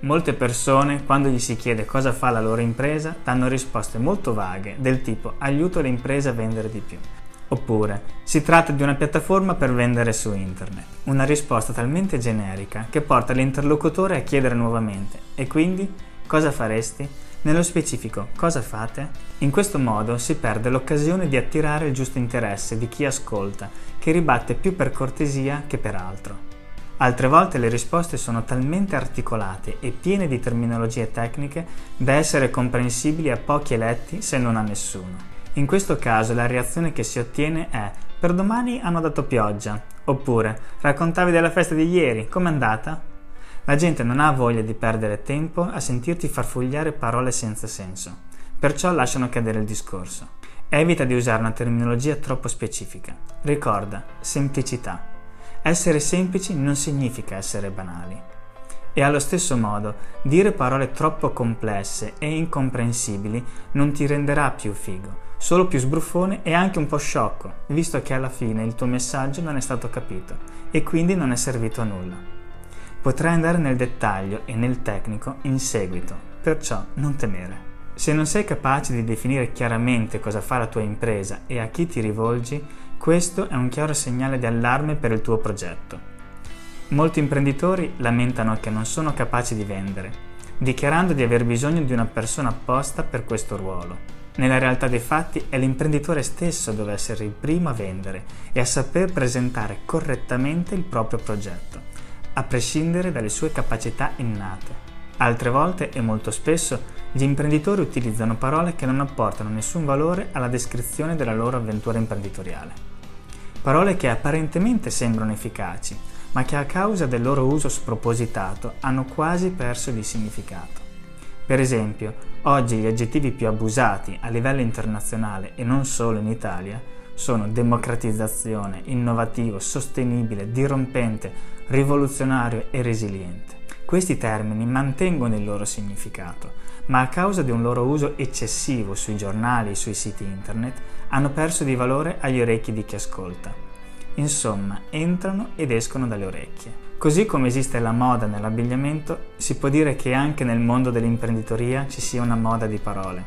Molte persone, quando gli si chiede cosa fa la loro impresa, danno risposte molto vaghe, del tipo aiuto le imprese a vendere di più. Oppure si tratta di una piattaforma per vendere su internet. Una risposta talmente generica che porta l'interlocutore a chiedere nuovamente: e quindi cosa faresti? Nello specifico, cosa fate? In questo modo si perde l'occasione di attirare il giusto interesse di chi ascolta, che ribatte più per cortesia che per altro. Altre volte le risposte sono talmente articolate e piene di terminologie tecniche da essere comprensibili a pochi eletti, se non a nessuno. In questo caso la reazione che si ottiene è: per domani hanno dato pioggia, oppure raccontavi della festa di ieri, com'è andata? La gente non ha voglia di perdere tempo a sentirti farfugliare parole senza senso, perciò lasciano cadere il discorso. Evita di usare una terminologia troppo specifica. Ricorda, semplicità. Essere semplici non significa essere banali. E allo stesso modo, dire parole troppo complesse e incomprensibili non ti renderà più figo, solo più sbruffone e anche un po' sciocco, visto che alla fine il tuo messaggio non è stato capito e quindi non è servito a nulla. Potrai andare nel dettaglio e nel tecnico in seguito, perciò non temere. Se non sei capace di definire chiaramente cosa fa la tua impresa e a chi ti rivolgi, questo è un chiaro segnale di allarme per il tuo progetto. Molti imprenditori lamentano che non sono capaci di vendere, dichiarando di aver bisogno di una persona apposta per questo ruolo. Nella realtà dei fatti è l'imprenditore stesso a dover essere il primo a vendere e a saper presentare correttamente il proprio progetto, a prescindere dalle sue capacità innate. Altre volte, e molto spesso, gli imprenditori utilizzano parole che non apportano nessun valore alla descrizione della loro avventura imprenditoriale. Parole che apparentemente sembrano efficaci, ma che a causa del loro uso spropositato hanno quasi perso di significato. Per esempio, oggi gli aggettivi più abusati a livello internazionale e non solo in Italia sono democratizzazione, innovativo, sostenibile, dirompente, rivoluzionario e resiliente. Questi termini mantengono il loro significato, ma a causa di un loro uso eccessivo sui giornali e sui siti internet hanno perso di valore agli orecchi di chi ascolta. Insomma, entrano ed escono dalle orecchie. Così come esiste la moda nell'abbigliamento, si può dire che anche nel mondo dell'imprenditoria ci sia una moda di parole.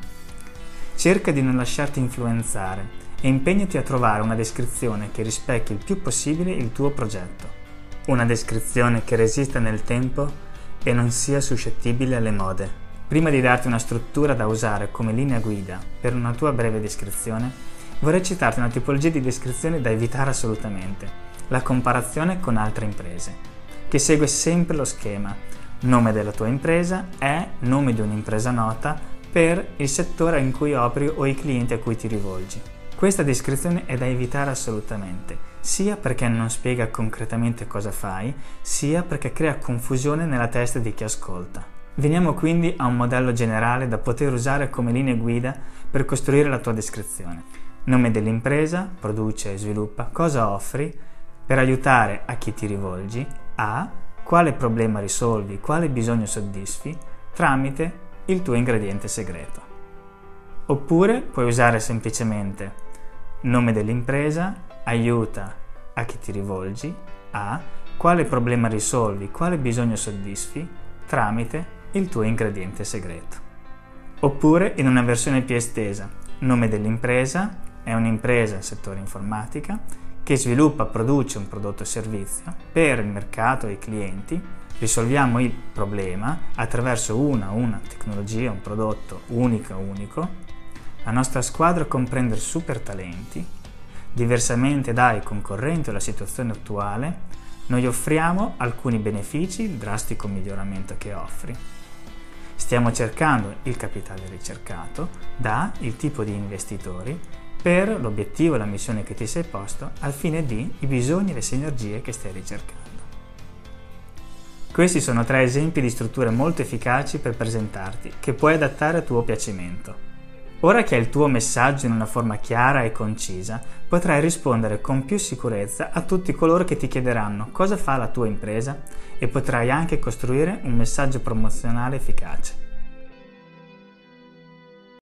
Cerca di non lasciarti influenzare e impegnati a trovare una descrizione che rispecchi il più possibile il tuo progetto. Una descrizione che resista nel tempo e non sia suscettibile alle mode. Prima di darti una struttura da usare come linea guida per una tua breve descrizione, vorrei citarti una tipologia di descrizione da evitare assolutamente: la comparazione con altre imprese, che segue sempre lo schema: nome della tua impresa è nome di un'impresa nota per il settore in cui operi o i clienti a cui ti rivolgi. Questa descrizione è da evitare assolutamente, sia perché non spiega concretamente cosa fai, sia perché crea confusione nella testa di chi ascolta. Veniamo quindi a un modello generale da poter usare come linea guida per costruire la tua descrizione. Nome dell'impresa, produce e sviluppa, cosa offri, per aiutare a chi ti rivolgi, a quale problema risolvi, quale bisogno soddisfi, tramite il tuo ingrediente segreto. Oppure puoi usare semplicemente nome dell'impresa, aiuta a chi ti rivolgi, a quale problema risolvi, quale bisogno soddisfi, tramite il tuo ingrediente segreto. Oppure in una versione più estesa, nome dell'impresa è un'impresa nel settore informatica che sviluppa, produce un prodotto o servizio per il mercato e i clienti. Risolviamo il problema attraverso una tecnologia, un prodotto unico. La nostra squadra comprende super talenti. Diversamente dai concorrenti o la situazione attuale, noi offriamo alcuni benefici, il drastico miglioramento che offri. Stiamo cercando il capitale ricercato da il tipo di investitori per l'obiettivo e la missione che ti sei posto al fine di i bisogni e le sinergie che stai ricercando. Questi sono 3 esempi di strutture molto efficaci per presentarti, che puoi adattare a tuo piacimento. Ora che hai il tuo messaggio in una forma chiara e concisa, potrai rispondere con più sicurezza a tutti coloro che ti chiederanno cosa fa la tua impresa e potrai anche costruire un messaggio promozionale efficace.